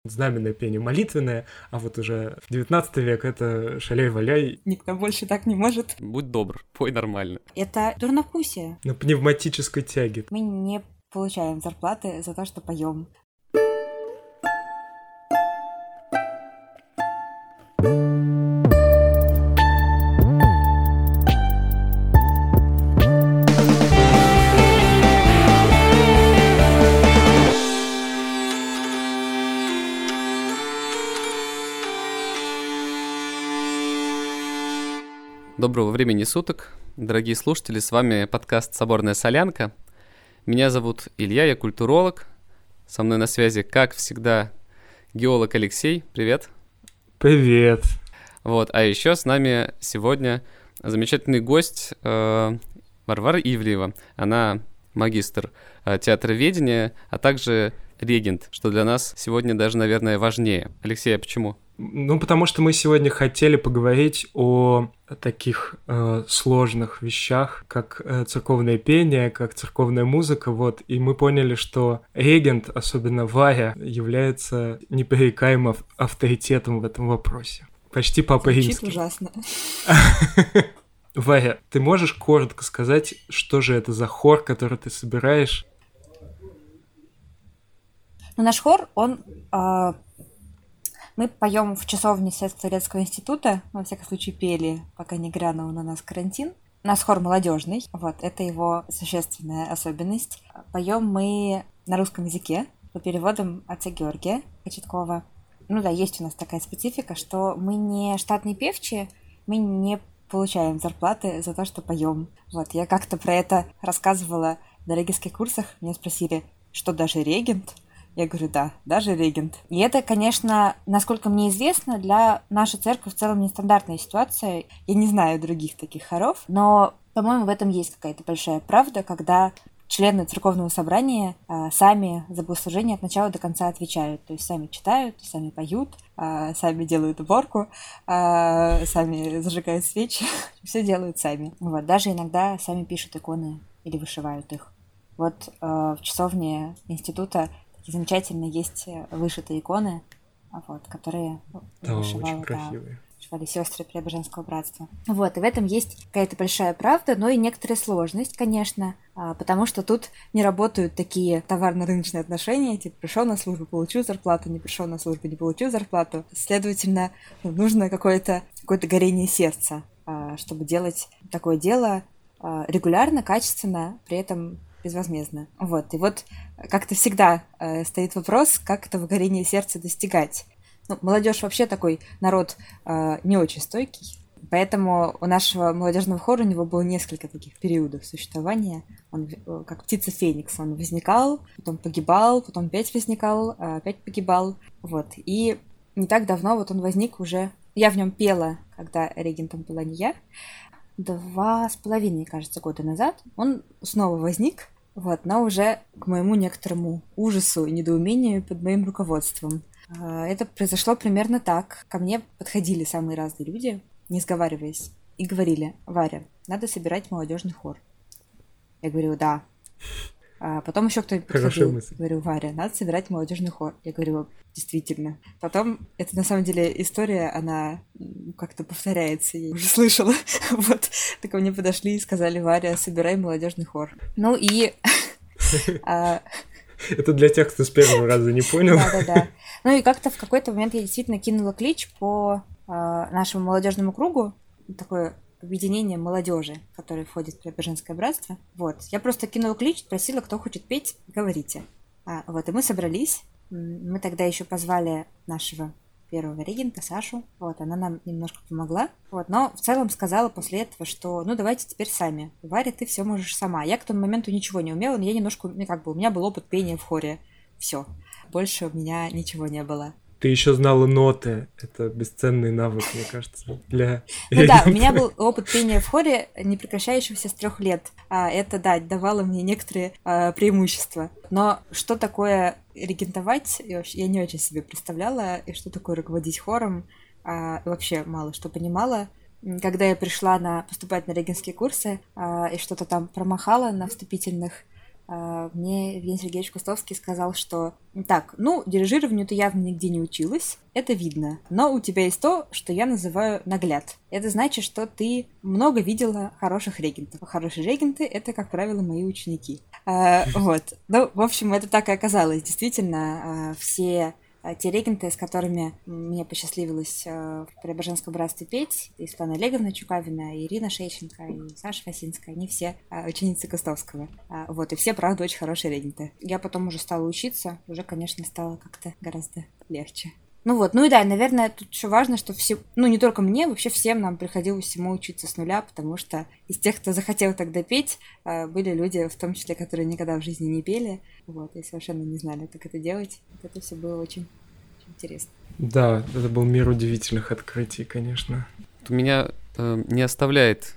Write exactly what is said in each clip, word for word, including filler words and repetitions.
Знаменное пение молитвенное, а вот уже в девятнадцатый век это шаляй-валяй. Никто больше так не может. Будь добр, пой нормально. Это дурновкусие. На пневматической тяге. Мы не получаем зарплаты за то, что поем. Доброго времени суток, дорогие слушатели, с вами подкаст «Соборная солянка». Меня зовут Илья, я культуролог. Со мной на связи, как всегда, геолог Алексей. Привет. Привет. Вот, а еще с нами сегодня замечательный гость э, Варвара Ивлеева. Она магистр э, театроведения, а также регент, что для нас сегодня даже, наверное, важнее. Алексей, а почему? Ну, потому что мы сегодня хотели поговорить о таких э, сложных вещах, как э, церковное пение, как церковная музыка, вот, и мы поняли, что регент, особенно Варя, является непререкаемым авторитетом в этом вопросе. Почти Папа Звучит Римский. ужасно. Варя, ты можешь коротко сказать, что же это за хор, который ты собираешь? Ну, наш хор, он... Э, мы поем в часовне Сельско-Турецкого института, во всяком случае пели, пока не грянул на нас карантин. У нас хор молодежный, вот, это его существенная особенность. Поем мы на русском языке по переводам отца Георгия Кочеткова. Ну да, есть у нас такая специфика, что мы не штатные певчие, мы не получаем зарплаты за то, что поем. Вот, я как-то про это рассказывала на регенских курсах, меня спросили, что даже регент? Я говорю, да, даже регент. И это, конечно, насколько мне известно, для нашей церкви в целом нестандартная ситуация. Я не знаю других таких хоров, но, по-моему, в этом есть какая-то большая правда, когда члены церковного собрания а, сами за богослужение от начала до конца отвечают. То есть сами читают, сами поют, а, сами делают уборку, а, сами зажигают свечи. Все делают сами. Вот, даже иногда сами пишут иконы или вышивают их. Вот а, в часовне института такие замечательные есть вышитые иконы, вот, которые Да, вышивала, очень красивые. Да, вышивали сестры Преображенского братства. Вот, и в этом есть какая-то большая правда, но и некоторая сложность, конечно, потому что тут не работают такие товарно-рыночные отношения, типа пришел на службу, получу зарплату, не пришел на службу, не получу зарплату. Следовательно, нужно какое-то, какое-то горение сердца, чтобы делать такое дело регулярно, качественно, при этом безвозмездно. Вот. И вот как-то всегда э, стоит вопрос, как этого горения сердца достигать. Ну, молодежь вообще такой народ э, не очень стойкий, поэтому у нашего молодежного хора у него было несколько таких периодов существования. Он э, как птица Феникс, он возникал, потом погибал, потом опять возникал, э, опять погибал. Вот. И не так давно вот он возник уже... Я в нем пела, когда регентом была не я. Два с половиной, кажется, года назад он снова возник, вот, но уже к моему некоторому ужасу и недоумению под моим руководством. Это произошло примерно так. Ко мне подходили самые разные люди, не сговариваясь, и говорили: Варя, надо собирать молодежный хор. Я говорю, да. А потом еще кто-нибудь подходил. Я говорю, Варя, надо собирать молодежный хор. Я говорю, действительно. Потом, это на самом деле история, она как-то повторяется. Я уже слышала. Вот. Так ко мне подошли и сказали: Варя, собирай молодежный хор. Ну и... Это для тех, кто с первого раза не понял. Да-да-да. Ну и как-то в какой-то момент я действительно кинула клич по нашему молодежному кругу. Такое... объединение молодежи, которое входит в Преображенское братство. Вот. Я просто кинула клич, просила, кто хочет петь, говорите. А, вот, и мы собрались. Мы тогда еще позвали нашего первого регента, Сашу. Вот, она нам немножко помогла. Вот, но в целом сказала после этого, что ну давайте теперь сами. Варя, ты все можешь сама. Я к тому моменту ничего не умела, но я немножко, ну как бы, у меня был опыт пения в хоре. Все. Больше у меня ничего не было. Ты еще знала ноты. Это бесценный навык, мне кажется, для... Ну да, у меня был опыт пения в хоре, не прекращающегося с трех лет. А это, да, давало мне некоторые а, преимущества. Но что такое регентовать, я не очень себе представляла, и что такое руководить хором, а, вообще мало что понимала. Когда я пришла на, поступать на регенские курсы а, и что-то там промахала на вступительных, мне Евгений Сергеевич Кустовский сказал, что так, ну, дирижированию ты явно нигде не училась, это видно, но у тебя есть то, что я называю нагляд. Это значит, что ты много видела хороших регентов. Хорошие регенты — это, как правило, мои ученики. А, вот. Ну, в общем, это так и оказалось. Действительно, все те регенты, с которыми мне посчастливилось в Преображенском братстве петь, и Светлана Олеговна Чукавина, и Ирина Шейченко, и Саша Фасинская, они все ученицы Кустовского. Вот, и все, правда, очень хорошие регенты. Я потом уже стала учиться, уже, конечно, стало как-то гораздо легче. Ну вот, ну и да, наверное, тут еще важно, что все, ну не только мне, вообще всем нам приходилось всему учиться с нуля, потому что из тех, кто захотел тогда петь, были люди, в том числе, которые никогда в жизни не пели, вот, и совершенно не знали, как это делать. Вот это все было очень, очень интересно. Да, это был мир удивительных открытий, конечно. У меня э, не оставляет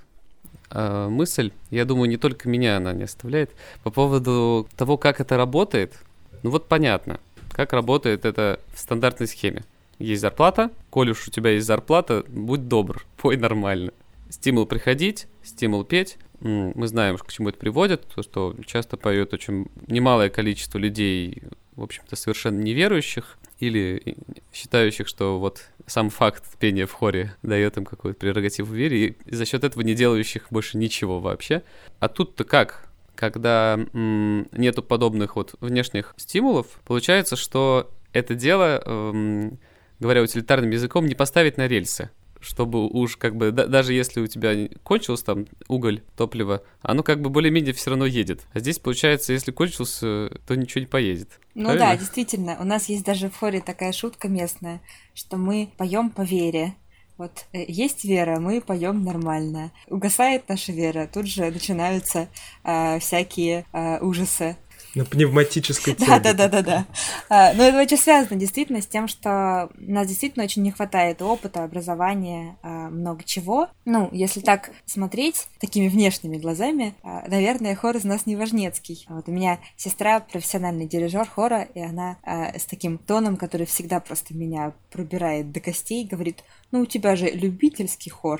э, мысль, я думаю, не только меня она не оставляет, по поводу того, как это работает. Ну вот понятно. Как работает это в стандартной схеме. Есть зарплата, коль уж у тебя есть зарплата, будь добр, пой нормально. Стимул приходить, стимул петь. Мы знаем, к чему это приводит, то, что часто поет очень немалое количество людей, в общем-то, совершенно неверующих или считающих, что вот сам факт пения в хоре дает им какую-то прерогативу веры, и за счет этого не делающих больше ничего вообще. А тут-то как? Когда м, нету подобных вот внешних стимулов, получается, что это дело, эм, говоря утилитарным языком, не поставить на рельсы, чтобы уж как бы, да, даже если у тебя кончился там уголь, топливо, оно как бы более-менее все равно едет. А здесь, получается, если кончился, то ничего не поедет. Ну Правильно? Да, действительно, у нас есть даже в хоре такая шутка местная, что мы поем по вере. Вот есть вера, мы поем нормально. Угасает наша вера, тут же начинаются э, всякие э, ужасы. На пневматической теме. Да-да-да-да-да. Но это очень связано действительно с тем, что у нас действительно очень не хватает опыта, образования, много чего. Ну, если так смотреть такими внешними глазами, наверное, хор из нас не важнецкий. Вот у меня сестра профессиональный дирижер хора, и она с таким тоном, который всегда просто меня пробирает до костей, говорит: ну, у тебя же любительский хор.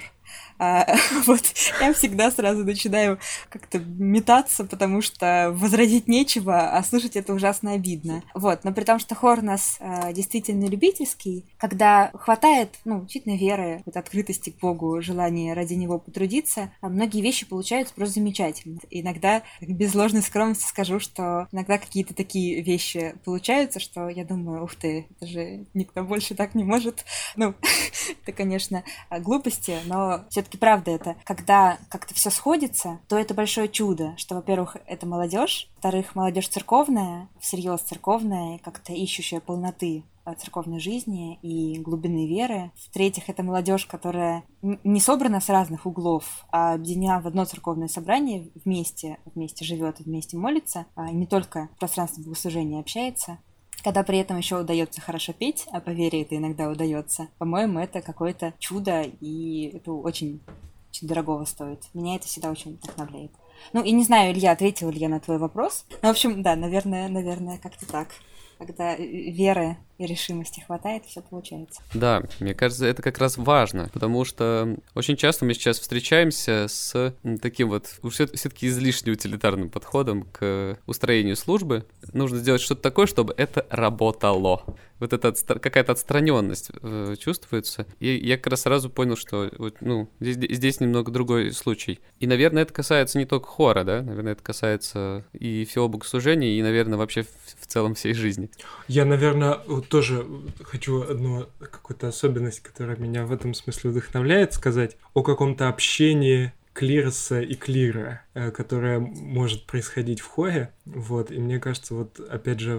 А, вот, я всегда сразу начинаю как-то метаться, потому что возразить нечего, а слушать это ужасно обидно. Вот, но при том, что хор у нас а, действительно любительский, когда хватает, ну, действительно веры, вот, открытости к Богу, желания ради него потрудиться, а многие вещи получаются просто замечательно. Иногда, без ложной скромности скажу, что иногда какие-то такие вещи получаются, что я думаю: ух ты, это же никто больше так не может. Ну, это, конечно, глупости, но все-таки правда это. Когда как-то все сходится, то это большое чудо, что, во-первых, это молодежь, во-вторых, молодежь церковная, всерьез церковная, как-то ищущая полноты церковной жизни и глубины веры. В-третьих, это молодежь, которая не собрана с разных углов, а объединена в одно церковное собрание, вместе, вместе живет, вместе молится, а не только в пространстве богослужения общается. Когда при этом еще удается хорошо петь, а по вере это иногда удается, по-моему, это какое-то чудо, и это очень, очень дорогого стоит. Меня это всегда очень вдохновляет. Ну, и не знаю, Илья, ответил ли я на твой вопрос. Ну, в общем, да, наверное, наверное, как-то так. Когда веры и решимости хватает, все получается. Да, мне кажется, это как раз важно, потому что очень часто мы сейчас встречаемся с таким вот уж все-таки излишне утилитарным подходом к устроению службы. Нужно сделать что-то такое, чтобы это работало. Вот эта отстра- какая-то отстраненность э, чувствуется. И я как раз сразу понял, что вот, ну, здесь, здесь немного другой случай. И, наверное, это касается не только хора, да? Наверное, это касается и всего богослужения, и, наверное, вообще в, в целом всей жизни. Я, наверное, вот тоже хочу одну какую-то особенность, которая меня в этом смысле вдохновляет, сказать о каком-то общении клироса и клира, которое может происходить в хоре. Вот, и мне кажется, вот опять же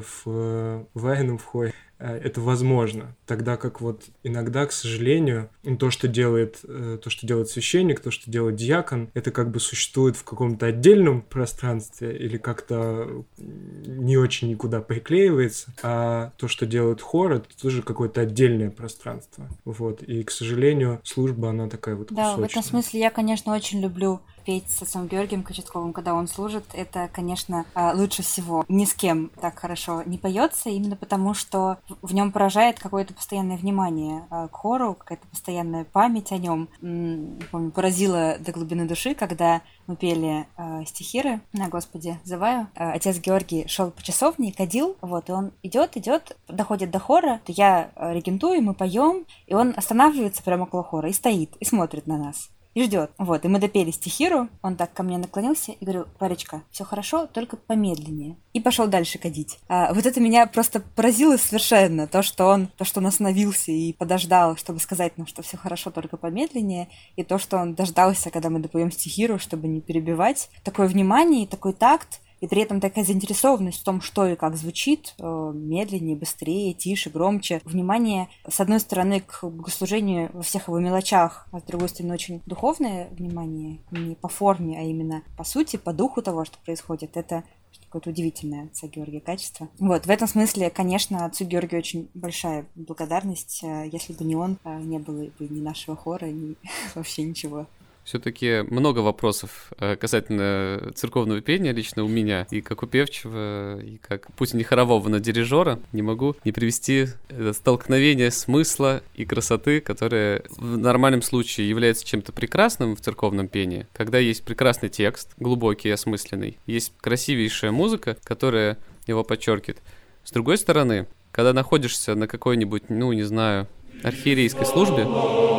в Варином в хоре это возможно, тогда как вот иногда, к сожалению, то, что делает, то, что делает священник, то, что делает диакон, это как бы существует в каком-то отдельном пространстве или как-то не очень никуда приклеивается, а то, что делает хор, это тоже какое-то отдельное пространство. Вот, и, к сожалению, служба, она такая вот кусочная. Да, в этом смысле я, конечно, очень люблю петь с отцом Георгием Кочетковым, когда он служит, это, конечно, лучше всего. Ни с кем так хорошо не поется, именно потому, что в нем поражает какое-то постоянное внимание к хору, какая-то постоянная память о нем. Помню, поразило до глубины души, когда мы пели стихиры на Господи зываю. Отец Георгий шел по часовне и кадил, вот, и он идет, идет, доходит до хора, то я регентую, мы поем, и он останавливается прямо около хора и стоит, и смотрит на нас. И ждет. Вот, и мы допели стихиру, он так ко мне наклонился и говорил: Варечка, все хорошо, только помедленнее. И пошел дальше кадить. А вот это меня просто поразило совершенно, то, что он, то, что он остановился и подождал, чтобы сказать нам, что все хорошо, только помедленнее, и то, что он дождался, когда мы допоем стихиру, чтобы не перебивать. Такое внимание и такой такт, и при этом такая заинтересованность в том, что и как звучит, медленнее, быстрее, тише, громче. Внимание, с одной стороны, к богослужению во всех его мелочах, а с другой стороны, очень духовное внимание, не по форме, а именно по сути, по духу того, что происходит. Это какое-то удивительное отца Георгия качество. Вот, в этом смысле, конечно, отцу Георгию очень большая благодарность. Если бы не он, не было бы ни нашего хора, ни вообще ничего. Все-таки много вопросов касательно церковного пения лично у меня, и как у певчего, и как, пусть не хорового, но дирижера, не могу не привести столкновение смысла и красоты, которое в нормальном случае является чем-то прекрасным в церковном пении, когда есть прекрасный текст, глубокий и осмысленный, есть красивейшая музыка, которая его подчеркивает. С другой стороны, когда находишься на какой-нибудь, ну, не знаю, архиерейской службе,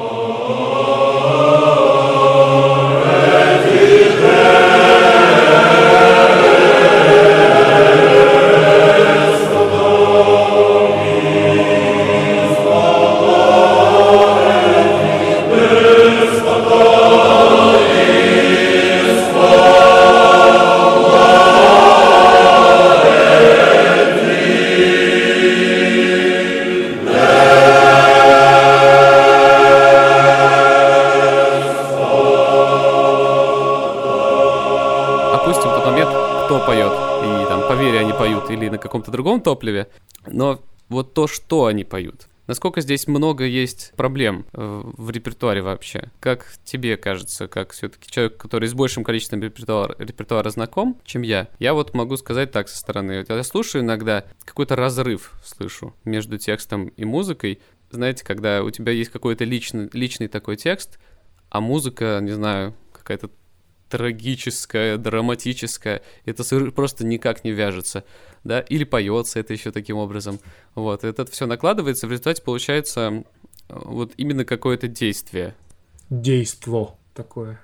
или на каком-то другом топливе, но вот то, что они поют. Насколько здесь много есть проблем э, в репертуаре вообще? Как тебе кажется, как все-таки человек, который с большим количеством репертуара, репертуара знаком, чем я? Я вот могу сказать так со стороны. Я слушаю иногда, какой-то разрыв слышу между текстом и музыкой. Знаете, когда у тебя есть какой-то личный, личный такой текст, а музыка, не знаю, какая-то трагическая, драматическая, это просто никак не вяжется, да, или поется это еще таким образом, вот, это все накладывается, в результате получается вот именно какое-то действие. Действо такое.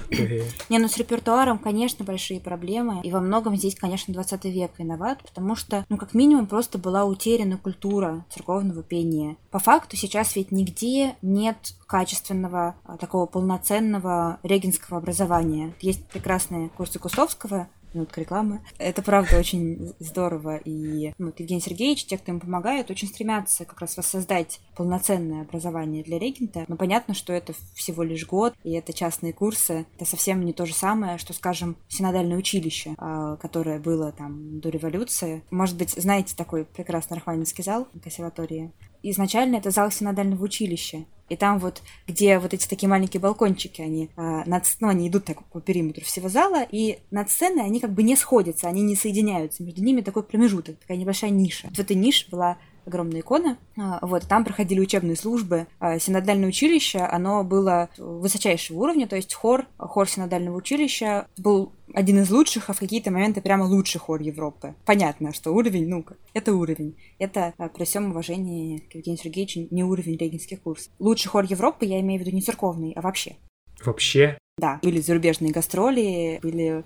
Не, ну с репертуаром, конечно, большие проблемы, и во многом здесь, конечно, двадцатый век виноват, потому что, ну, как минимум, просто была утеряна культура церковного пения. По факту сейчас ведь нигде нет качественного, такого полноценного регенского образования. Есть прекрасные курсы Кустовского, минутка рекламы. Это, правда, очень здорово. И ну, Евгений Сергеевич, те, кто им помогает, очень стремятся как раз воссоздать полноценное образование для регента. Но понятно, что это всего лишь год, и это частные курсы. Это совсем не то же самое, что, скажем, синодальное училище, которое было там до революции. Может быть, знаете такой прекрасный Рахманинский зал на консерватории? Изначально это зал синодального училища. И там вот, где вот эти такие маленькие балкончики, они, а, над, ну, они идут так по периметру всего зала, и над сценой они как бы не сходятся, они не соединяются. Между ними такой промежуток, такая небольшая ниша. В этой нише была огромная икона, а, вот, там проходили учебные службы. А, синодальное училище, оно было высочайшего уровня, то есть хор, хор синодального училища был один из лучших, а в какие-то моменты прямо лучший хор Европы. Понятно, что уровень, ну, это уровень. Это, при всем уважении к Евгению Сергеевичу, не уровень регенских курсов. Лучший хор Европы, я имею в виду не церковный, а вообще. Вообще? Да, были зарубежные гастроли, были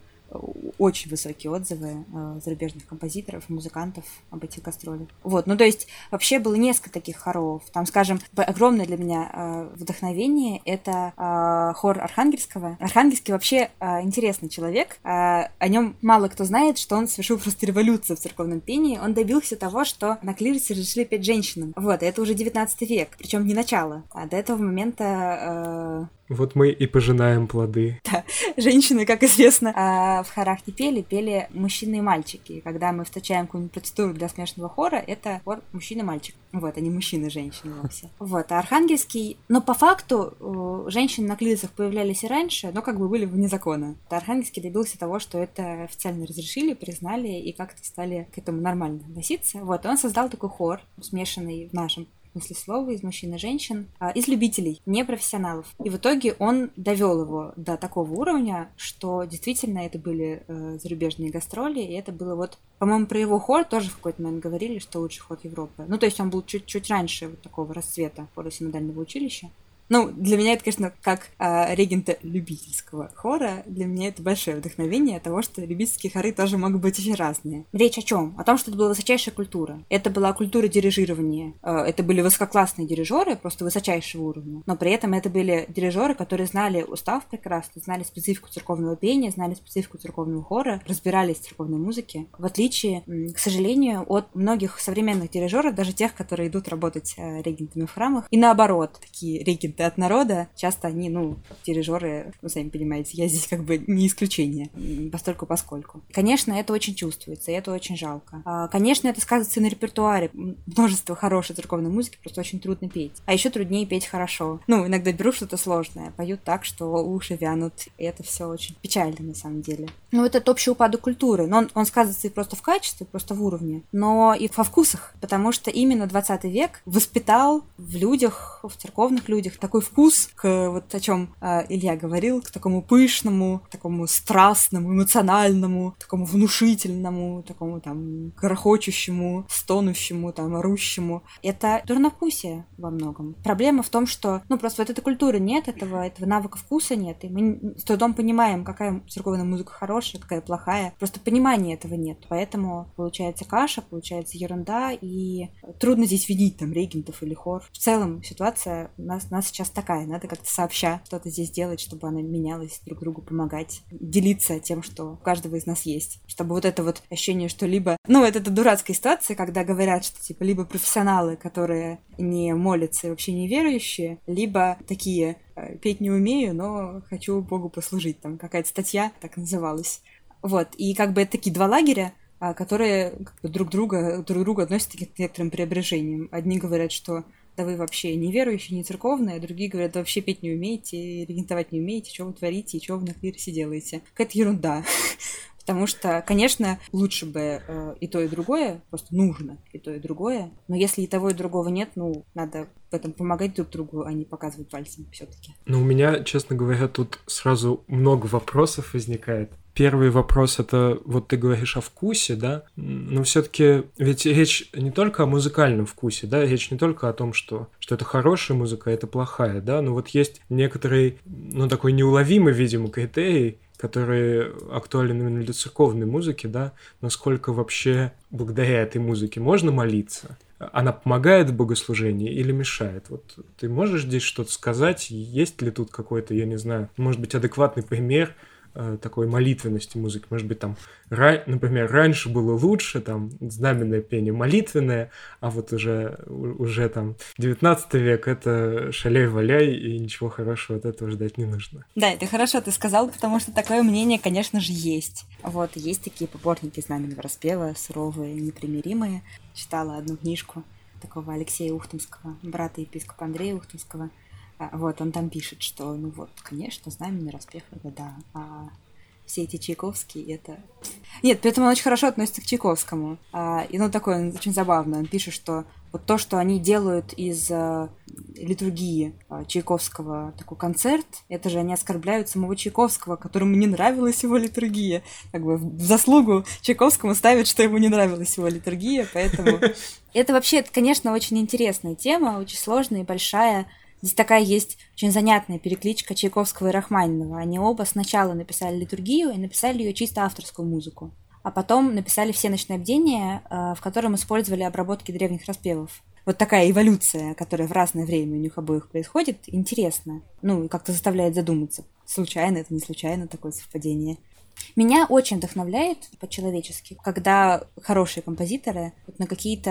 очень высокие отзывы э, зарубежных композиторов и музыкантов об этих гастролях. Вот, ну то есть вообще было несколько таких хоров. Там, скажем, огромное для меня э, вдохновение — это э, хор Архангельского. Архангельский вообще э, интересный человек. Э, о нем мало кто знает, что он совершил просто революцию в церковном пении. Он добился того, что на клиросе разрешили петь женщинам. Вот, это уже девятнадцатый век, причем не начало. А до этого момента Вот мы и пожинаем плоды. Да, женщины, как известно, а в хорах не пели, пели мужчины и мальчики. И когда мы встречаем какую-нибудь процедуру для смешанного хора, это хор мужчина-мальчик. Вот, а не мужчина-женщина вовсе. Вот, а Архангельский... Но по факту женщины на клирицах появлялись и раньше, но как бы были вне закона. А Архангельский добился того, что это официально разрешили, признали и как-то стали к этому нормально относиться. Вот, и он создал такой хор, смешанный в нашем смысле слова, из мужчин и женщин, из любителей, не профессионалов. И в итоге он довел его до такого уровня, что действительно это были э, зарубежные гастроли, и это было вот, по-моему, про его хор тоже в какой-то момент говорили, что лучший хор Европы. Ну, то есть он был чуть-чуть раньше вот такого расцвета хора синодального училища. Ну, для меня это, конечно, как а, регента любительского хора, для меня это большое вдохновение того, что любительские хоры тоже могут быть очень разные. Речь о чем? О том, что это была высочайшая культура. Это была культура дирижирования. Это были высококлассные дирижеры, просто высочайшего уровня. Но при этом это были дирижеры, которые знали устав прекрасно, знали специфику церковного пения, знали специфику церковного хора, разбирались в церковной музыке. В отличие, к сожалению, от многих современных дирижеров, даже тех, которые идут работать регентами в храмах, и наоборот, такие регенты от народа, часто они, ну, дирижеры, вы сами понимаете, я здесь как бы не исключение, постольку поскольку. Конечно, это очень чувствуется, и это очень жалко. Конечно, это сказывается и на репертуаре. Множество хорошей церковной музыки просто очень трудно петь. А еще труднее петь хорошо. Ну, иногда беру что-то сложное, поют так, что уши вянут, и это все очень печально на самом деле. Ну, это общий упадок культуры, но он, он сказывается и просто в качестве, просто в уровне, но и во вкусах, потому что именно двадцатый век воспитал в людях, в церковных людях такой вкус к, вот о чем э, Илья говорил, к такому пышному, к такому страстному, эмоциональному, такому внушительному, такому там грохочущему, стонущему, там, орущему. Это дурновкусие во многом. Проблема в том, что, ну, просто вот этой культуры нет, этого, этого навыка вкуса нет, и мы с трудом понимаем, какая церковная музыка хорошая, какая плохая. Просто понимания этого нет. Поэтому получается каша, получается ерунда, и трудно здесь винить там регентов или хор. В целом ситуация у нас, у нас сейчас такая. Надо как-то сообща что-то здесь делать, чтобы она менялась, друг другу помогать, делиться тем, что у каждого из нас есть. Чтобы вот это вот ощущение, что либо... Ну, это, это дурацкая ситуация, когда говорят, что типа либо профессионалы, которые не молятся и вообще не верующие, либо такие петь не умею, но хочу Богу послужить. Там какая-то статья так называлась. Вот. И как бы это такие два лагеря, которые как бы друг друга, друг друга относятся к некоторым преображениям. Одни говорят, что да вы вообще не верующие, не церковные, а другие говорят, да вообще петь не умеете, регентовать не умеете, что вы творите и что вы на клиросе делаете. Какая-то ерунда. Потому что, конечно, лучше бы э, и то, и другое, просто нужно и то, и другое. Но если и того, и другого нет, ну, надо в этом помогать друг другу, а не показывать пальцем все-таки. Ну, у меня, честно говоря, тут сразу много вопросов возникает. Первый вопрос — это вот ты говоришь о вкусе, да, но все-таки ведь речь не только о музыкальном вкусе, да, речь не только о том, что, что это хорошая музыка, а это плохая, да, но вот есть некоторый, ну, такой неуловимый, видимо, критерий, который актуален именно для церковной музыки, да, насколько вообще благодаря этой музыке можно молиться. Она помогает в богослужении или мешает? Вот ты можешь здесь что-то сказать? Есть ли тут какой-то, я не знаю, может быть, адекватный пример такой молитвенности музыки? Может быть, там, ра... например, раньше было лучше, там, знаменное пение молитвенное, а вот уже, уже там, девятнадцатый век — это шаляй-валяй, и ничего хорошего от этого ждать не нужно. Да, это хорошо ты сказал, потому что такое мнение, конечно же, есть. Вот, есть такие поборники знаменного распева, суровые, непримиримые. Читала одну книжку такого Алексея Ухтомского, брата епископа Андрея Ухтомского. Вот, он там пишет, что, ну вот, конечно, знаменный распев, это да, а все эти Чайковские, это... Нет, при этом он очень хорошо относится к Чайковскому. А, и, ну, такой, он очень забавный. Он пишет, что вот то, что они делают из а, литургии а, Чайковского такой концерт, это же они оскорбляют самого Чайковского, которому не нравилась его литургия. Как бы в заслугу Чайковскому ставят, что ему не нравилась его литургия, поэтому... Это вообще, это, конечно, очень интересная тема, очень сложная и большая. Здесь такая есть очень занятная перекличка Чайковского и Рахманинова. Они оба сначала написали литургию и написали ее чисто авторскую музыку, а потом написали «Всеночное бдение», в котором использовали обработки древних распевов. Вот такая эволюция, которая в разное время у них обоих происходит, интересно. Ну, и как-то заставляет задуматься, случайно это, не случайно такое совпадение. Меня очень вдохновляет по-человечески, когда хорошие композиторы вот на какие-то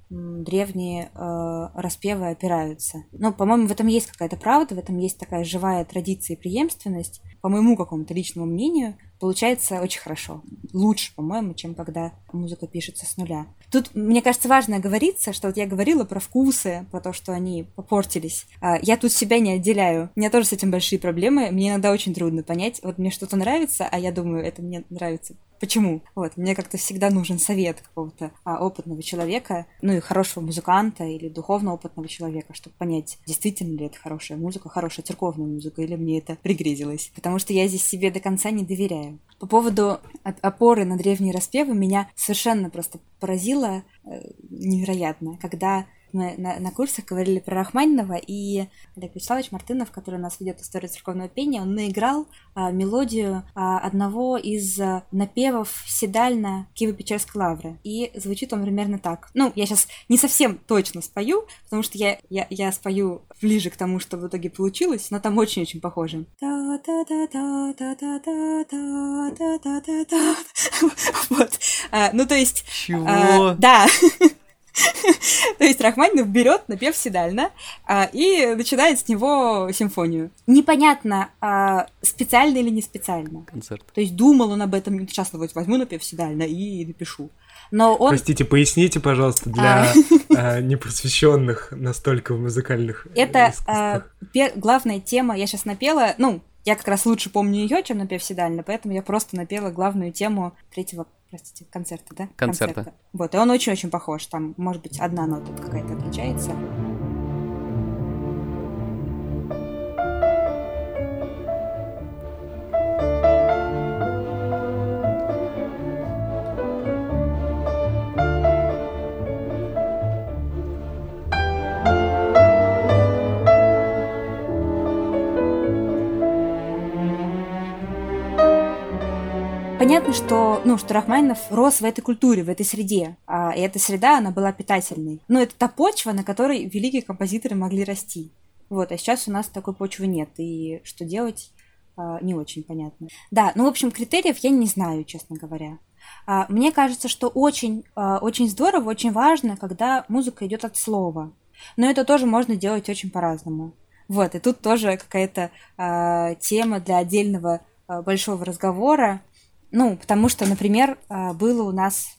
м, древние э, распевы опираются. Ну, по-моему, в этом есть какая-то правда, в этом есть такая живая традиция и преемственность. По моему какому-то личному мнению, получается очень хорошо. Лучше, по-моему, чем когда музыка пишется с нуля. Тут, мне кажется, важно оговориться, что вот я говорила про вкусы, про то, что они попортились. А, Я тут себя не отделяю. У меня тоже с этим большие проблемы. Мне иногда очень трудно понять. Вот мне что-то нравится, а я думаю, это мне нравится. Почему? Вот, мне как-то всегда нужен совет какого-то а, опытного человека, ну и хорошего музыканта или духовно опытного человека, чтобы понять, действительно ли это хорошая музыка, хорошая церковная музыка, или мне это пригрезилось. Потому что я здесь себе до конца не доверяю. По поводу опоры на древние распевы меня совершенно просто поразило э, невероятно, когда мы на, на курсах говорили про Рахманинова, и Олег Вячеславович Мартынов, который у нас ведет историю церковного пения, он наиграл а, мелодию а, одного из а, напевов Седальна Киево-Печерской лавры. И звучит он примерно так. Ну, я сейчас не совсем точно спою, потому что я, я, я спою ближе к тому, что в итоге получилось, но там очень-очень похоже. Вот. Ну, то есть... Чего? Да. То есть Рахманинов берет напев Седальна а, и начинает с него симфонию. Непонятно, а, специально или не специально. Концерт. То есть думал он об этом, сейчас вот возьму напев Седальна и напишу. Но он... Простите, поясните, пожалуйста, для а, непросвещенных настолько в музыкальных Это искусствах. а, пер... главная тема, я сейчас напела, ну, я как раз лучше помню ее, чем напев Седальна, поэтому я просто напела главную тему третьего, простите, концерта, да? Концерта. Концерта. Вот, и он очень-очень похож, там, может быть, одна нота какая-то отличается. Понятно, что, ну, что Рахманинов рос в этой культуре, в этой среде, а, и эта среда, она была питательной. Но это та почва, на которой великие композиторы могли расти. Вот, а сейчас у нас такой почвы нет, и что делать, а, не очень понятно. Да, ну, в общем, критериев я не знаю, честно говоря. А, мне кажется, что очень, а, очень здорово, очень важно, когда музыка идет от слова. Но это тоже можно делать очень по-разному. Вот, и тут тоже какая-то а, тема для отдельного а, большого разговора. Ну, потому что, например, было у нас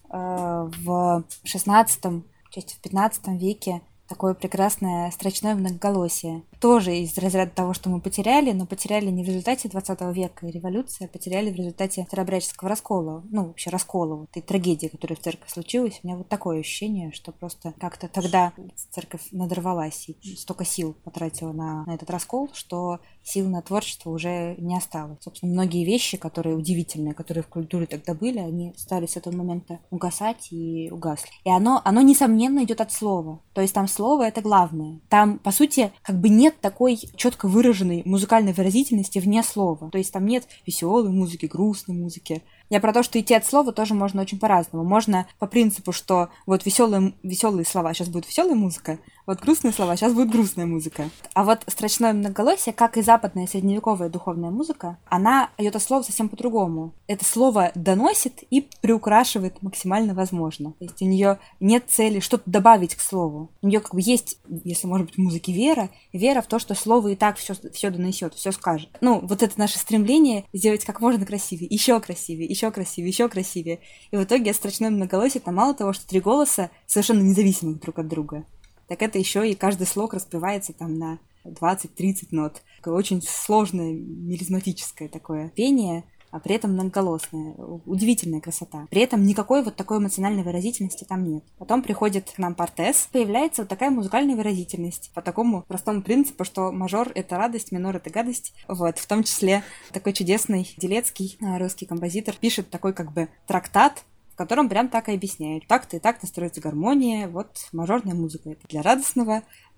в шестнадцатом, часть в пятнадцатом веке такое прекрасное строчное многоголосие. Тоже из разряда того, что мы потеряли, но потеряли не в результате двадцатого века и революции, а потеряли в результате старообрядческого раскола. Ну, вообще раскола, вот, и трагедии, которая в церкви случилась. У меня вот такое ощущение, что просто как-то тогда церковь надорвалась и столько сил потратила на, на этот раскол, что сил на творчество уже не осталось. Собственно, многие вещи, которые удивительные, которые в культуре тогда были, они стали с этого момента угасать и угасли. И оно, оно несомненно, идет от слова. То есть там слово — это главное. Там, по сути, как бы нет такой четко выраженной музыкальной выразительности вне слова. То есть там нет веселой музыки, грустной музыки. Я про то, что идти от слова тоже можно очень по-разному. Можно по принципу, что вот веселые, веселые слова, сейчас будет веселая музыка, вот грустные слова, сейчас будет грустная музыка. А вот строчное многоголосие, как и западная средневековая духовная музыка, она идет от слова совсем по-другому. Это слово доносит и приукрашивает максимально возможно. То есть у нее нет цели что-то добавить к слову. У нее как бы есть, если может быть в музыке, вера, вера в то, что слово и так все, все донесет, все скажет. Ну, вот это наше стремление сделать как можно красивее, еще красивее, еще красивее, еще красивее. И в итоге строчное многоголосие — это мало того, что три голоса совершенно независимых друг от друга, так это еще и каждый слог распевается там на двадцать-тридцать нот. Такое очень сложное, мелизматическое такое пение, а при этом многоголосное. Удивительная красота. При этом никакой вот такой эмоциональной выразительности там нет. Потом приходит к нам партес, появляется вот такая музыкальная выразительность по такому простому принципу, что мажор — это радость, минор — это гадость. Вот, в том числе такой чудесный Делецкий, русский композитор, пишет такой как бы трактат, в котором прям так и объясняет. Так-то и так настроится гармония, вот мажорная музыка — это для радостного,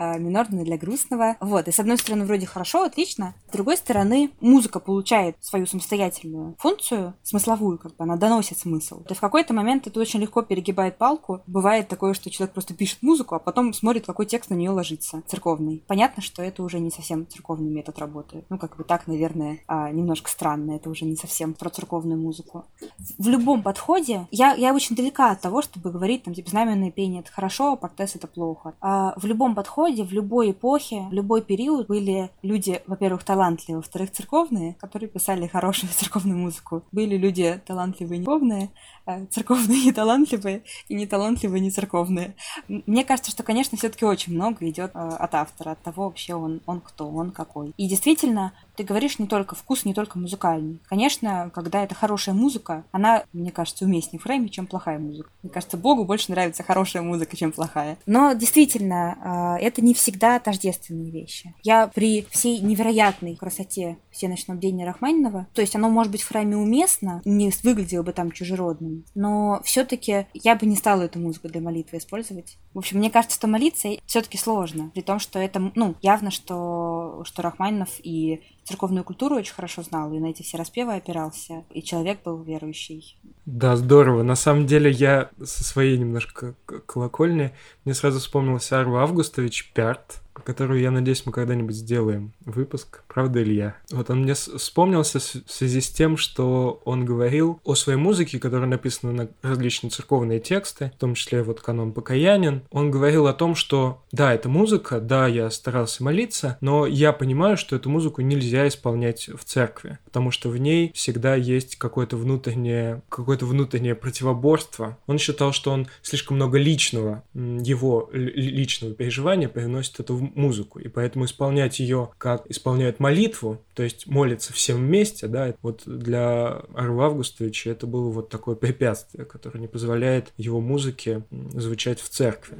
а минорная для грустного. Вот, и с одной стороны, вроде хорошо, отлично, с другой стороны, музыка получает свою самостоятельную функцию, смысловую, как бы она доносит смысл. То в какой-то момент это очень легко перегибает палку. Бывает такое, что человек просто пишет музыку, а потом смотрит, какой текст на нее ложится, церковный. Понятно, что это уже не совсем церковный метод работы. Ну, как бы так, наверное, немножко странно, это уже не совсем про церковную музыку. В любом подходе я, я очень далека от того, чтобы говорить, там, типа, знаменное пение — это хорошо, а портес — это плохо. А в любом подходе, в любой эпохе, в любой период были люди, во-первых, талантливые, во-вторых, церковные, которые писали хорошую церковную музыку. Были люди талантливые и церковные, церковные и талантливые, и не талантливые, не церковные. Мне кажется, что, конечно, все-таки очень много идет от автора, от того вообще он, он кто, он какой. И действительно, ты говоришь не только вкус, не только музыкальный. Конечно, когда это хорошая музыка, она, мне кажется, уместнее в храме, чем плохая музыка. Мне кажется, Богу больше нравится хорошая музыка, чем плохая. Но действительно, это не всегда тождественные вещи. Я при всей невероятной красоте всеночного бдения Рахманинова, то есть оно может быть в храме уместно, не выглядело бы там чужеродным, но все-таки я бы не стала эту музыку для молитвы использовать. В общем, мне кажется, что молиться все-таки сложно, при том, что это, ну, явно, что, что Рахманинов и церковную культуру очень хорошо знал, и на эти все распевы опирался, и человек был верующий. Да, здорово. На самом деле я со своей немножко колокольни, мне сразу вспомнился Арва Августович Пярт, которую, я надеюсь, мы когда-нибудь сделаем выпуск. Правда, Илья? Вот он мне вспомнился в связи с тем, что он говорил о своей музыке, которая написана на различные церковные тексты, в том числе вот канон покаянин. Он говорил о том, что да, это музыка, да, я старался молиться, но я понимаю, что эту музыку нельзя исполнять в церкви, потому что в ней всегда есть какое-то внутреннее, какое-то внутреннее противоборство. Он считал, что он слишком много личного, его личного переживания переносит это в музыку, и поэтому исполнять ее, как исполняют молитву, то есть молятся всем вместе, да, вот для Арва Августовича это было вот такое препятствие, которое не позволяет его музыке звучать в церкви.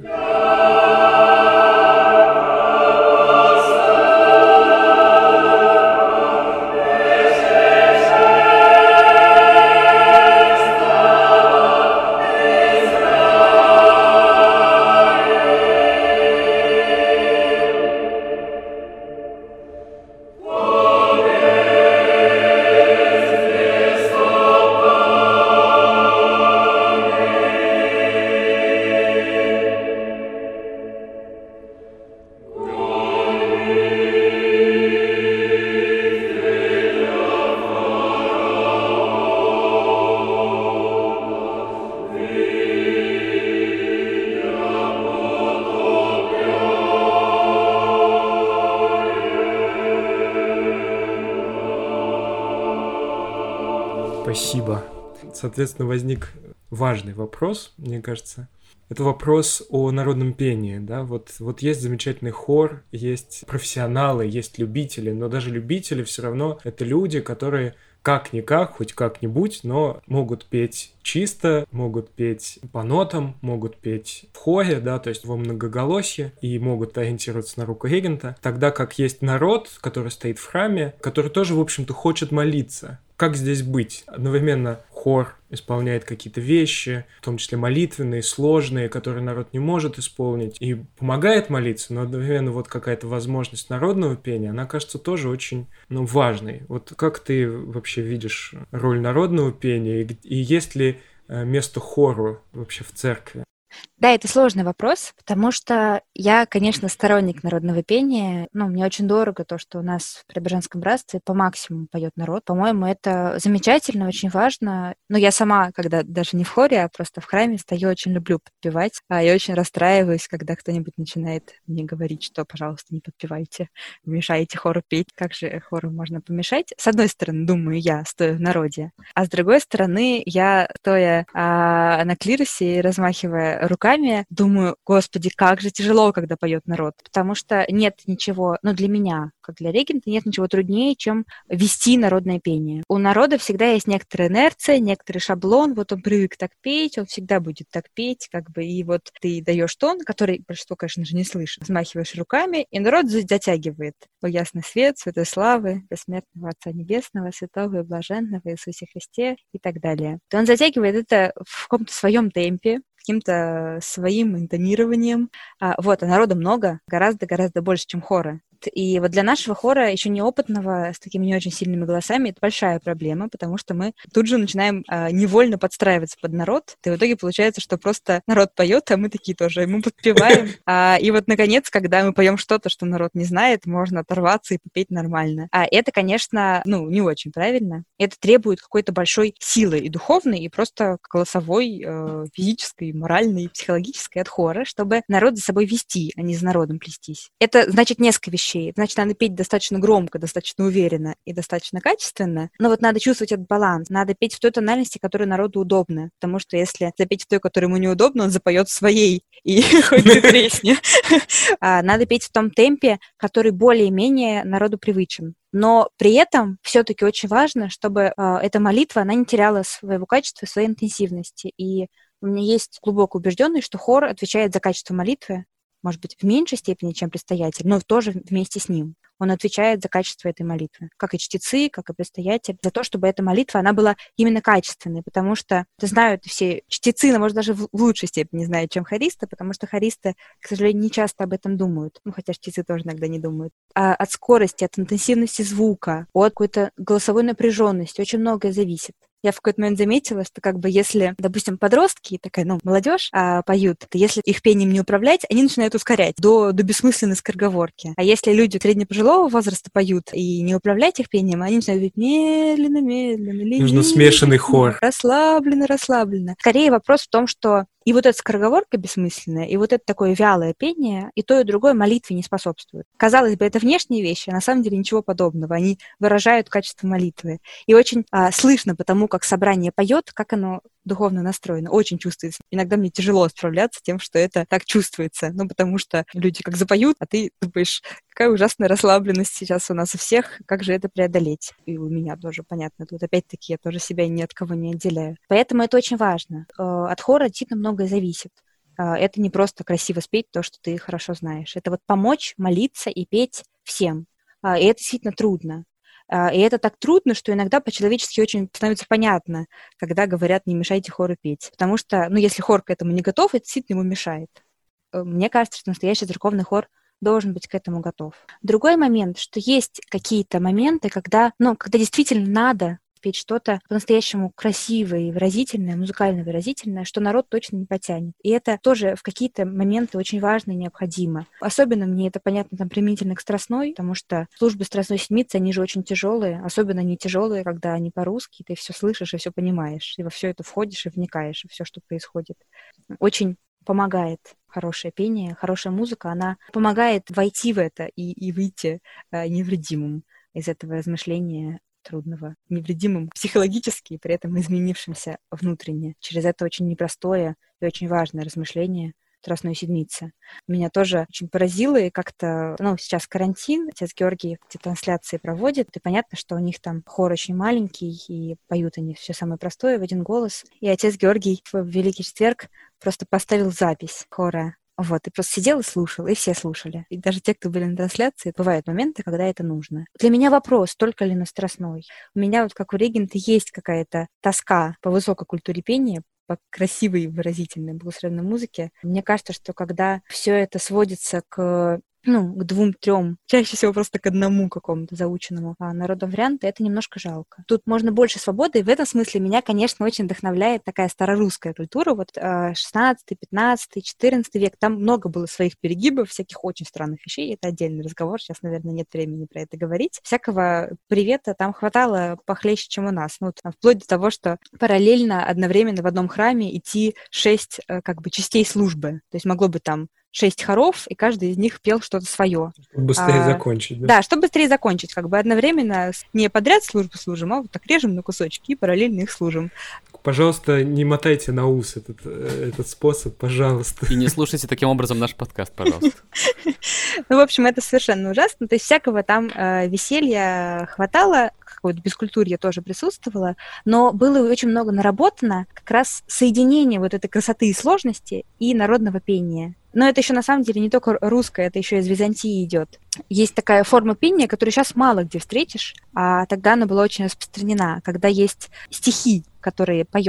Спасибо. Соответственно, возник важный вопрос, мне кажется. Это вопрос о народном пении, да, вот, вот есть замечательный хор, есть профессионалы, есть любители, но даже любители все равно это люди, которые как-никак, хоть как-нибудь, но могут петь чисто, могут петь по нотам, могут петь в хоре, да, то есть во многоголосье, и могут ориентироваться на руку регента, тогда как есть народ, который стоит в храме, который тоже, в общем-то, хочет молиться. Как здесь быть? Одновременно хор исполняет какие-то вещи, в том числе молитвенные, сложные, которые народ не может исполнить, и помогает молиться, но одновременно вот какая-то возможность народного пения, она кажется тоже очень, ну, важной. Вот как ты вообще видишь роль народного пения, и, и есть ли место хору вообще в церкви? Да, это сложный вопрос, потому что я, конечно, сторонник народного пения. Ну, мне очень дорого то, что у нас в Преображенском братстве по максимуму поет народ. По-моему, это замечательно, очень важно. Но я сама, когда даже не в хоре, а просто в храме стою, очень люблю подпевать. А я очень расстраиваюсь, когда кто-нибудь начинает мне говорить, что, пожалуйста, не подпевайте, вы мешаете хору петь. Как же хору можно помешать? С одной стороны, думаю я, стоя в народе. А с другой стороны, я, стоя а, на клиросе и размахивая руками, думаю, господи, как же тяжело, когда поет народ, потому что нет ничего, ну, для меня, как для регента, нет ничего труднее, чем вести народное пение. У народа всегда есть некоторая инерция, некоторый шаблон, вот он привык так петь, он всегда будет так петь, как бы, и вот ты даешь тон, который большинство, конечно же, не слышит, взмахиваешь руками, и народ затягивает. О ясный свет, святой славы, бессмертного Отца Небесного, святого и блаженного Иисусе Христе и так далее. То он затягивает это в каком-то своем темпе, каким-то своим интонированием. А, вот, а народа много, гораздо-гораздо больше, чем хора. И вот для нашего хора, еще неопытного, с такими не очень сильными голосами, это большая проблема, потому что мы тут же начинаем а, невольно подстраиваться под народ, и в итоге получается, что просто народ поет, а мы такие тоже, мы подпеваем. А, и вот, наконец, когда мы поем что-то, что народ не знает, можно оторваться и попеть нормально. А это, конечно, ну, не очень правильно. Это требует какой-то большой силы и духовной, и просто голосовой, э, физической, моральной, психологической от хора, чтобы народ за собой вести, а не за народом плестись. Это значит несколько вещей. Значит, надо петь достаточно громко, достаточно уверенно и достаточно качественно. Но вот надо чувствовать этот баланс. Надо петь в той тональности, которая народу удобна. Потому что если запеть в той, которая ему неудобна, он запоет в своей и хоть и тресни. Надо петь в том темпе, который более-менее народу привычен. Но при этом все-таки очень важно, чтобы эта молитва, она не теряла своего качества, своей интенсивности. И у меня есть глубокая убежденность, что хор отвечает за качество молитвы, может быть, в меньшей степени, чем предстоятель, но тоже вместе с ним. Он отвечает за качество этой молитвы, как и чтецы, как и предстоятель, за то, чтобы эта молитва, она была именно качественной, потому что, это знают все чтецы, но, может, даже в лучшей степени знают, чем хористы, потому что хористы, к сожалению, не часто об этом думают, ну, хотя чтецы тоже иногда не думают. А от скорости, от интенсивности звука, от какой-то голосовой напряженности очень многое зависит. Я в какой-то момент заметила, что как бы если, допустим, подростки, такая, ну, молодежь а, поют, то если их пением не управлять, они начинают ускорять до, до бессмысленной скороговорки. А если люди среднепожилого возраста поют и не управлять их пением, они начинают петь медленно, медленно, медленно. Нужно смешанный хор. Расслабленно, расслабленно. Скорее вопрос в том, что и вот эта скороговорка бессмысленная, и вот это такое вялое пение, и то, и другое молитве не способствует. Казалось бы, это внешние вещи, а на самом деле ничего подобного. Они выражают качество молитвы. И очень а, слышно потому, как собрание поет, как оно духовно настроено. Очень чувствуется. Иногда мне тяжело справляться с тем, что это так чувствуется. Ну, потому что люди как запоют, а ты думаешь, какая ужасная расслабленность сейчас у нас у всех, как же это преодолеть? И у меня тоже, понятно. Тут опять-таки я тоже себя ни от кого не отделяю. Поэтому это очень важно. От хора действительно многое зависит. Это не просто красиво спеть то, что ты хорошо знаешь. Это вот помочь, молиться и петь всем. И это действительно трудно. И это так трудно, что иногда по-человечески очень становится понятно, когда говорят «не мешайте хору петь». Потому что, ну, если хор к этому не готов, это действительно ему мешает. Мне кажется, что настоящий церковный хор должен быть к этому готов. Другой момент, что есть какие-то моменты, когда, ну, когда действительно надо петь что-то по-настоящему красивое и выразительное, музыкально выразительное, что народ точно не потянет. И это тоже в какие-то моменты очень важно и необходимо. Особенно мне это понятно там применительно к Страстной, потому что службы Страстной Седмицы, они же очень тяжелые, особенно не тяжелые, когда они по-русски, ты все слышишь и все понимаешь, и во все это входишь и вникаешь, и все, что происходит. Очень помогает хорошее пение, хорошая музыка, она помогает войти в это и, и выйти э, невредимым из этого размышления трудного, невредимым психологически, при этом изменившимся внутренне. Через это очень непростое и очень важное размышление Страстной Седмицы. Меня тоже очень поразило, и как-то, ну, сейчас карантин, отец Георгий эти трансляции проводит, и понятно, что у них там хор очень маленький, и поют они все самое простое в один голос. И отец Георгий в Великий Четверг просто поставил запись хора. Вот, и просто сидел и слушал, и все слушали. И даже те, кто были на трансляции, бывают моменты, когда это нужно. Для меня вопрос, только ли на Страстной. У меня вот, как у регента, есть какая-то тоска по высокой культуре пения, по красивой, выразительной, благословенной музыке. Мне кажется, что когда все это сводится к ну, к двум-трем, чаще всего просто к одному какому-то заученному а, народу варианту, это немножко жалко. Тут можно больше свободы, и в этом смысле меня, конечно, очень вдохновляет такая старорусская культура, вот шестнадцатый, пятнадцатый, четырнадцатый век, там много было своих перегибов, всяких очень странных вещей, это отдельный разговор, сейчас, наверное, нет времени про это говорить. Всякого привета там хватало похлеще, чем у нас, ну, там, вплоть до того, что параллельно, одновременно в одном храме идти шесть, как бы, частей службы, то есть могло бы там шесть хоров, и каждый из них пел что-то свое. Чтобы быстрее а, закончить, да? Да, чтобы быстрее закончить. Как бы одновременно не подряд службу служим, а вот так режем на кусочки и параллельно их служим. Пожалуйста, не мотайте на ус этот, этот способ, пожалуйста. И не слушайте таким образом наш подкаст, пожалуйста. Ну, в общем, это совершенно ужасно. То есть всякого там э, веселья хватало, какое-то бескультурье тоже присутствовало, но было очень много наработано как раз соединение вот этой красоты и сложности и народного пения. Но это еще на самом деле не только русское, это еще из Византии идет. Есть такая форма пения, которую сейчас мало где встретишь, а тогда она была очень распространена, когда есть стихи, которые поет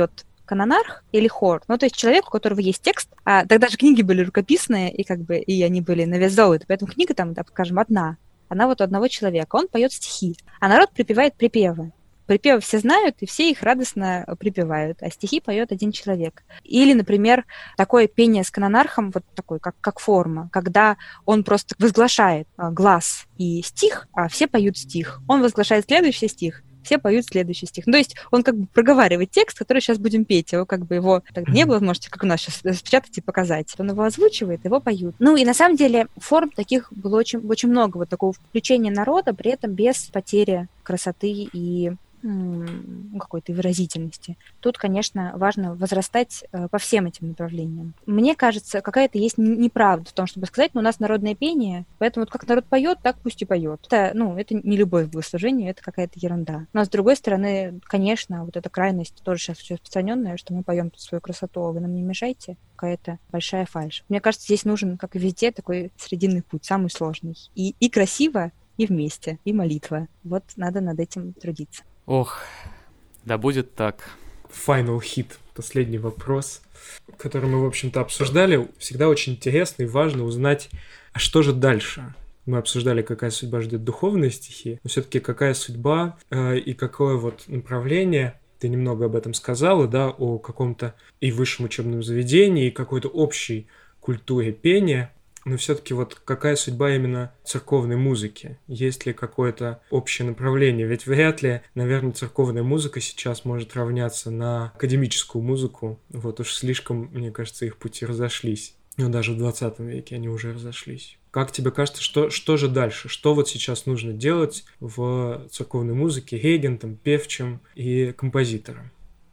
канонарх или хор. Ну, то есть человек, у которого есть текст, а тогда же книги были рукописные, и как бы и они были на вес золота, поэтому книга там, так скажем, одна. Она вот у одного человека, он поет стихи, а народ припевает припевы. Припевы все знают, и все их радостно припевают, а стихи поет один человек. Или, например, такое пение с канонархом, вот такой, как, как форма, когда он просто возглашает а, глас и стих, а все поют стих. Он возглашает следующий стих, все поют следующий стих. Ну, то есть он как бы проговаривает текст, который сейчас будем петь. Его как бы его так, не было возможности, как у нас сейчас, распечатать и показать. Он его озвучивает, его поют. Ну и на самом деле форм таких было очень, очень много. Вот такого включения народа, при этом без потери красоты и какой-то выразительности. Тут, конечно, важно возрастать э, по всем этим направлениям. Мне кажется, какая-то есть неправда в том, чтобы сказать, ну, у нас народное пение, поэтому вот как народ поет, так пусть и поет. Это, ну, это не любовь к богослужению, это какая-то ерунда. Но, с другой стороны, конечно, вот эта крайность тоже сейчас очень распространенная, что мы поем тут свою красоту, а вы нам не мешайте, какая-то большая фальшь. Мне кажется, здесь нужен, как и везде, такой срединный путь, самый сложный. И, и красиво, и вместе, и молитва. Вот надо над этим трудиться. Ох, да будет так. Final hit, последний вопрос, который мы, в общем-то, обсуждали. Всегда очень интересно и важно узнать, а что же дальше? Мы обсуждали, какая судьба ждет духовные стихи, но все-таки какая судьба э, и какое вот направление. Ты немного об этом сказала, да, о каком-то и высшем учебном заведении, и какой-то общей культуре пения. Но все-таки вот какая судьба именно церковной музыки? Есть ли какое-то общее направление? Ведь вряд ли, наверное, церковная музыка сейчас может равняться на академическую музыку. Вот уж слишком, мне кажется, их пути разошлись. Но даже в двадцатом веке они уже разошлись. Как тебе кажется, что, что же дальше? Что вот сейчас нужно делать в церковной музыке регентам, певчим и композиторам?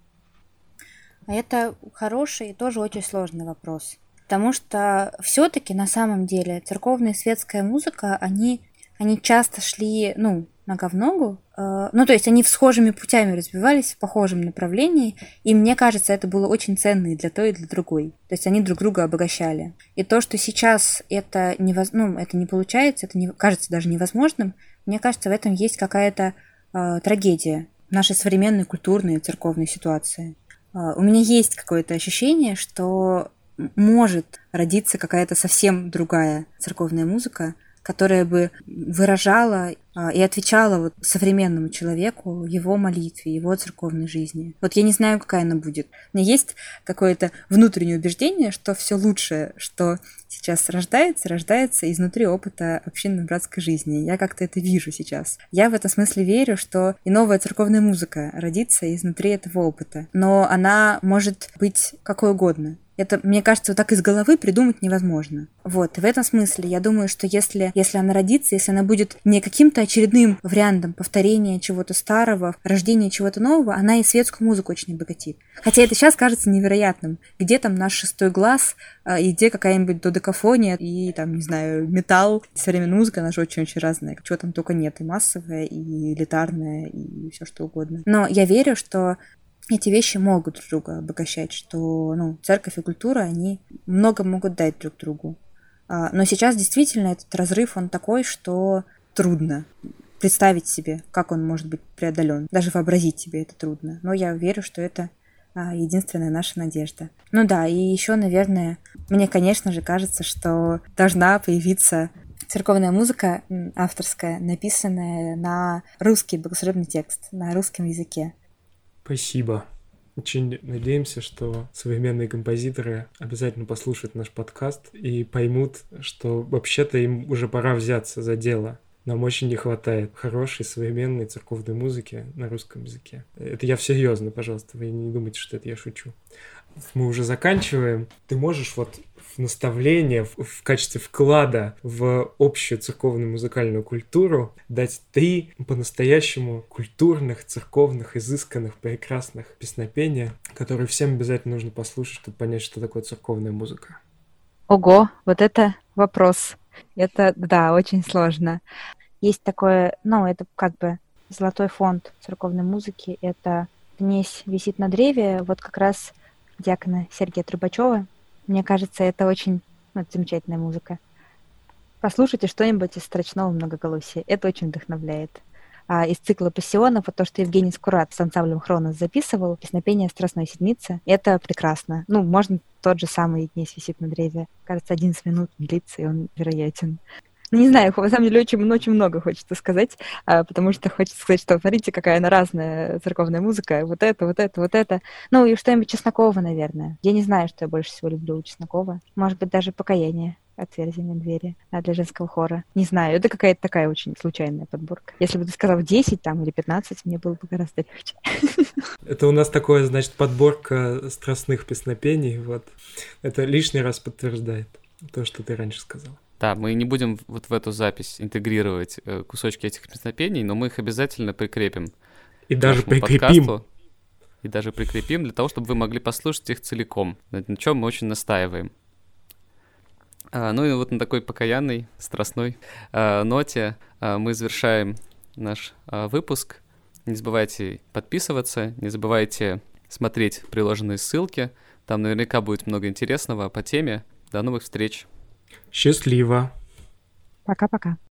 Это хороший и тоже очень сложный вопрос. Потому что все-таки на самом деле церковная и светская музыка, они, они часто шли, ну, нога в ногу. Э, ну, то есть они схожими путями развивались в похожем направлении. И мне кажется, это было очень ценно и для той, и для другой. То есть они друг друга обогащали. И то, что сейчас это, невоз... ну, это не получается, это не... кажется даже невозможным, мне кажется, в этом есть какая-то э, трагедия нашей современной культурной и церковной ситуации. Э, у меня есть какое-то ощущение, что может родиться какая-то совсем другая церковная музыка, которая бы выражала а, и отвечала вот современному человеку, его молитве, его церковной жизни. Вот я не знаю, какая она будет. У меня есть какое-то внутреннее убеждение, что все лучшее, что сейчас рождается, рождается изнутри опыта общинно-братской жизни. Я как-то это вижу сейчас. Я в этом смысле верю, что и новая церковная музыка родится изнутри этого опыта. Но она может быть какой угодно. Это, мне кажется, вот так из головы придумать невозможно. Вот, и в этом смысле я думаю, что если, если она родится, если она будет не каким-то очередным вариантом повторения чего-то старого, рождения чего-то нового, она и светскую музыку очень обогатит. Хотя это сейчас кажется невероятным. Где там наш шестой глаз, и где какая-нибудь додекафония, и там, не знаю, металл. Современная музыка, она же очень-очень разная. Чего там только нет. И массовая, и элитарная, и все что угодно. Но я верю, что эти вещи могут друг друга обогащать, что, ну, церковь и культура, они много могут дать друг другу. Но сейчас действительно этот разрыв, он такой, что трудно представить себе, как он может быть преодолен. Даже вообразить себе это трудно. Но я верю, что это единственная наша надежда. Ну да, и еще, наверное, мне, конечно же, кажется, что должна появиться церковная музыка авторская, написанная на русский богослужебный текст, на русском языке. Спасибо. Очень надеемся, что современные композиторы обязательно послушают наш подкаст и поймут, что вообще-то им уже пора взяться за дело. Нам очень не хватает хорошей современной церковной музыки на русском языке. Это я серьезно, пожалуйста, вы не думайте, что это я шучу. Мы уже заканчиваем. Ты можешь вот в наставление, в, в качестве вклада в общую церковную музыкальную культуру дать три по-настоящему культурных, церковных, изысканных, прекрасных песнопения, которые всем обязательно нужно послушать, чтобы понять, что такое церковная музыка. Ого, вот это вопрос. Это, да, очень сложно. Есть такое, ну, это как бы золотой фонд церковной музыки. Это «Князь висит на древе», вот как раз диакона Сергея Трубачева. Мне кажется, это очень, ну, это замечательная музыка. Послушайте что-нибудь из строчного многоголосия. Это очень вдохновляет. а, из цикла пассионов, вот то, что Евгений Скурат с ансамблем Хронос записывал, песнопение «Страстной седмицы». Это прекрасно. Ну, можно тот же самый «Днесь висит на древе». Кажется, одиннадцать минут длится, и он вероятен. Ну, не знаю, на самом деле очень, очень много хочется сказать, а, потому что хочется сказать, что смотрите, какая она разная церковная музыка, вот это, вот это, вот это. Ну, и что-нибудь Чеснокова, наверное. Я не знаю, что я больше всего люблю у Чеснокова. Может быть, даже «Покаяние» «Отверзие двери» а, для женского хора. Не знаю, это какая-то такая очень случайная подборка. Если бы ты сказал десять там или пятнадцать, мне было бы гораздо легче. Это у нас такое, значит, подборка страстных песнопений, вот. Это лишний раз подтверждает то, что ты раньше сказал. Да, мы не будем вот в эту запись интегрировать э, кусочки этих песнопений, но мы их обязательно прикрепим. И даже прикрепим. Подкасту, и даже прикрепим для того, чтобы вы могли послушать их целиком, на чем мы очень настаиваем. А, ну и вот на такой покаянной, страстной а, ноте а, мы завершаем наш а, выпуск. Не забывайте подписываться, не забывайте смотреть приложенные ссылки. Там наверняка будет много интересного по теме. До новых встреч! Счастливо! Пока-пока!